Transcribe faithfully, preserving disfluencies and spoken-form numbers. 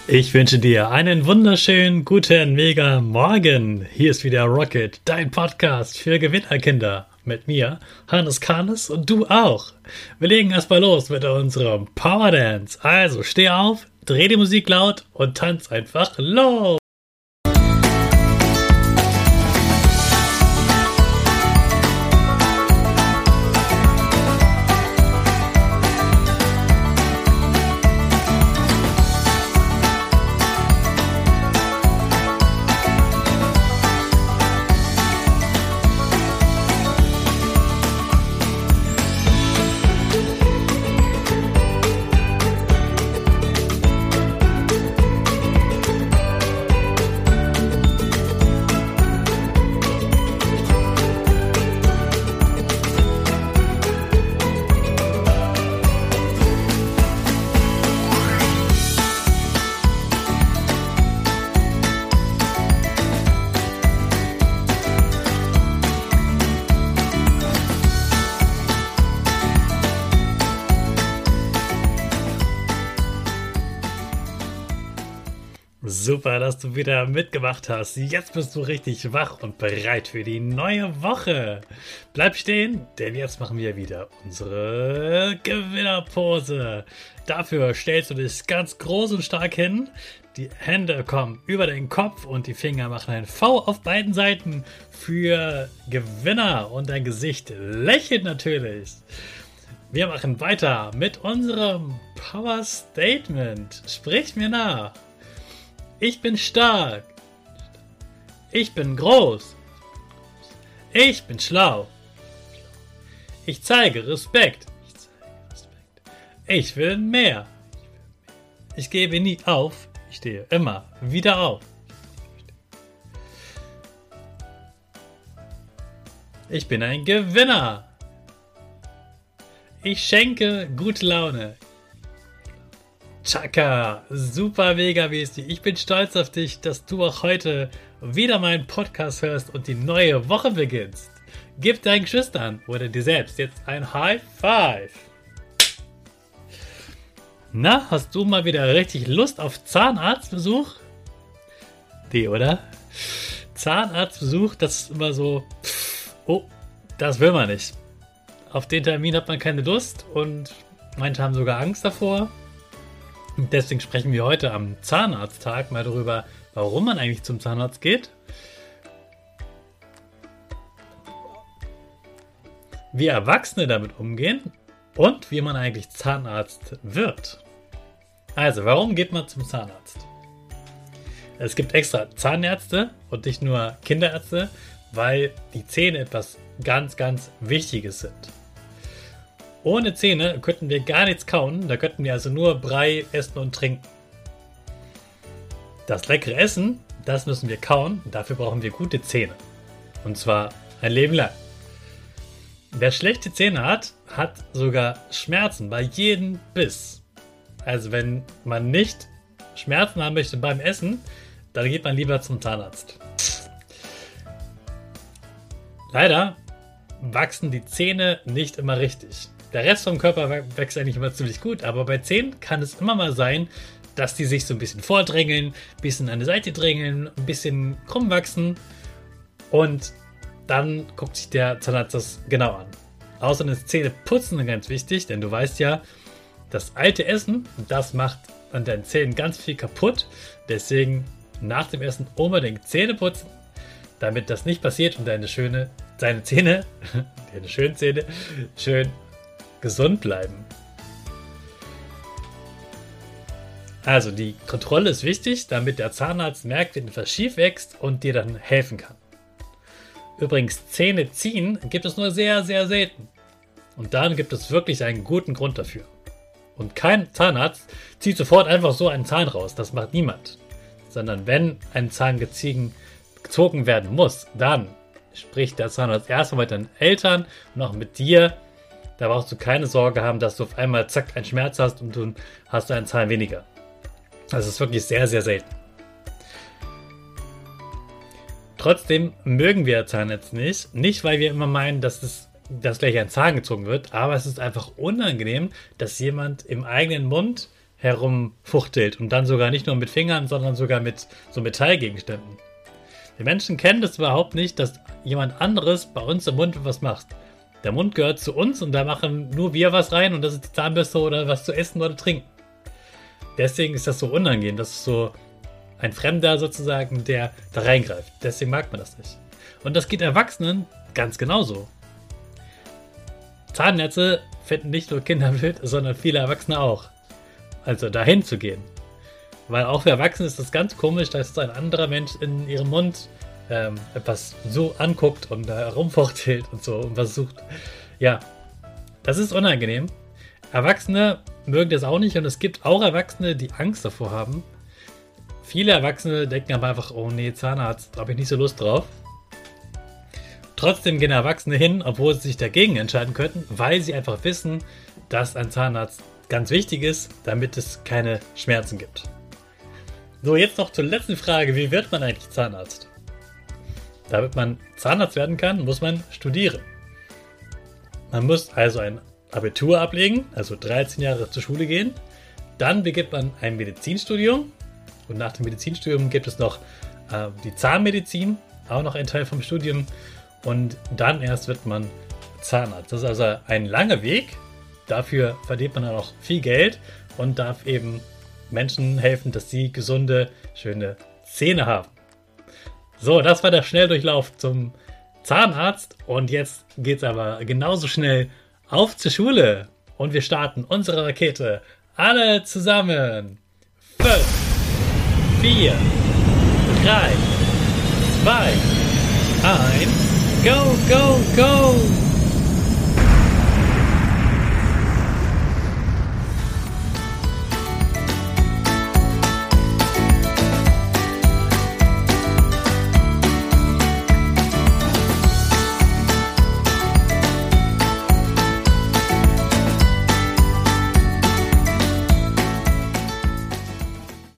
Ich wünsche dir einen wunderschönen, guten, mega Morgen. Hier ist wieder Rocket, dein Podcast für Gewinnerkinder. Mit mir, Hannes Karnes, und du auch. Wir legen erstmal los mit unserem Power Dance. Also steh auf, dreh die Musik laut und tanz einfach los. Super, dass du wieder mitgemacht hast. Jetzt bist du richtig wach und bereit für die neue Woche. Bleib stehen, denn jetzt machen wir wieder unsere Gewinnerpose. Dafür stellst du dich ganz groß und stark hin. Die Hände kommen über den Kopf und die Finger machen ein V auf beiden Seiten für Gewinner. Und dein Gesicht lächelt natürlich. Wir machen weiter mit unserem Power Statement. Sprich mir nach. Ich bin stark. Ich bin groß. Ich bin schlau. Ich zeige Respekt. Ich will mehr. Ich gebe nie auf. Ich stehe immer wieder auf. Ich bin ein Gewinner. Ich schenke gute Laune. Chaka, super mega mäßig. Ich bin stolz auf dich, dass du auch heute wieder meinen Podcast hörst und die neue Woche beginnst. Gib deinen Geschwistern oder dir selbst jetzt ein High Five. Na, hast du mal wieder richtig Lust auf Zahnarztbesuch? Die, oder? Zahnarztbesuch, das ist immer so, oh, das will man nicht. Auf den Termin hat man keine Lust und manche haben sogar Angst davor. Und deswegen sprechen wir heute am Zahnarzttag mal darüber, warum man eigentlich zum Zahnarzt geht, wie Erwachsene damit umgehen und wie man eigentlich Zahnarzt wird. Also, warum geht man zum Zahnarzt? Es gibt extra Zahnärzte und nicht nur Kinderärzte, weil die Zähne etwas ganz, ganz Wichtiges sind. Ohne Zähne könnten wir gar nichts kauen, da könnten wir also nur Brei essen und trinken. Das leckere Essen, das müssen wir kauen, dafür brauchen wir gute Zähne. Und zwar ein Leben lang. Wer schlechte Zähne hat, hat sogar Schmerzen bei jedem Biss. Also wenn man nicht Schmerzen haben möchte beim Essen, dann geht man lieber zum Zahnarzt. Leider wachsen die Zähne nicht immer richtig. Der Rest vom Körper wächst eigentlich immer ziemlich gut, aber bei Zähnen kann es immer mal sein, dass die sich so ein bisschen vordrängeln, ein bisschen an die Seite drängeln, ein bisschen krumm wachsen und dann guckt sich der Zahnarzt das genau an. Außerdem ist Zähneputzen ganz wichtig, denn du weißt ja, das alte Essen, das macht an deinen Zähnen ganz viel kaputt, deswegen nach dem Essen unbedingt Zähne putzen, damit das nicht passiert und deine schöne, deine Zähne, deine schönen Zähne, schön gesund bleiben. Also die Kontrolle ist wichtig, damit der Zahnarzt merkt, wenn etwas schief wächst und dir dann helfen kann. Übrigens, Zähne ziehen gibt es nur sehr, sehr selten. Und dann gibt es wirklich einen guten Grund dafür. Und kein Zahnarzt zieht sofort einfach so einen Zahn raus, das macht niemand. Sondern wenn ein Zahn gezogen, gezogen werden muss, dann spricht der Zahnarzt erstmal mit deinen Eltern und auch mit dir. Da brauchst du keine Sorge haben, dass du auf einmal zack einen Schmerz hast und du hast einen Zahn weniger. Das ist wirklich sehr, sehr selten. Trotzdem mögen wir Zahnärzte nicht. Nicht, weil wir immer meinen, dass es dass gleich ein Zahn gezogen wird, aber es ist einfach unangenehm, dass jemand im eigenen Mund herumfuchtelt und dann sogar nicht nur mit Fingern, sondern sogar mit so Metallgegenständen. Wir Menschen kennen das überhaupt nicht, dass jemand anderes bei uns im Mund was macht. Der Mund gehört zu uns und da machen nur wir was rein und das ist die Zahnbürste oder was zu essen oder trinken. Deswegen ist das so unangenehm, das ist so ein Fremder sozusagen, der da reingreift. Deswegen mag man das nicht. Und das geht Erwachsenen ganz genauso. Zahnärzte finden nicht nur Kinder blöd, sondern viele Erwachsene auch. Also dahin zu gehen. Weil auch für Erwachsene ist das ganz komisch, dass ein anderer Mensch in ihrem Mund ähm, etwas so anguckt und da rumfuchtelt und so und versucht. Ja, das ist unangenehm. Erwachsene mögen das auch nicht und es gibt auch Erwachsene, die Angst davor haben. Viele Erwachsene denken aber einfach, oh nee, Zahnarzt, da habe ich nicht so Lust drauf. Trotzdem gehen Erwachsene hin, obwohl sie sich dagegen entscheiden könnten, weil sie einfach wissen, dass ein Zahnarzt ganz wichtig ist, damit es keine Schmerzen gibt. So, jetzt noch zur letzten Frage, wie wird man eigentlich Zahnarzt? Damit man Zahnarzt werden kann, muss man studieren. Man muss also ein Abitur ablegen, also dreizehn Jahre zur Schule gehen. Dann beginnt man ein Medizinstudium und nach dem Medizinstudium gibt es noch äh, die Zahnmedizin, auch noch ein Teil vom Studium. Und dann erst wird man Zahnarzt. Das ist also ein langer Weg. Dafür verdient man dann auch viel Geld und darf eben Menschen helfen, dass sie gesunde, schöne Zähne haben. So, das war der Schnelldurchlauf zum Zahnarzt. Und jetzt geht es aber genauso schnell auf zur Schule. Und wir starten unsere Rakete. Alle zusammen. Fünf, vier, drei, zwei, eins. Go, go, go!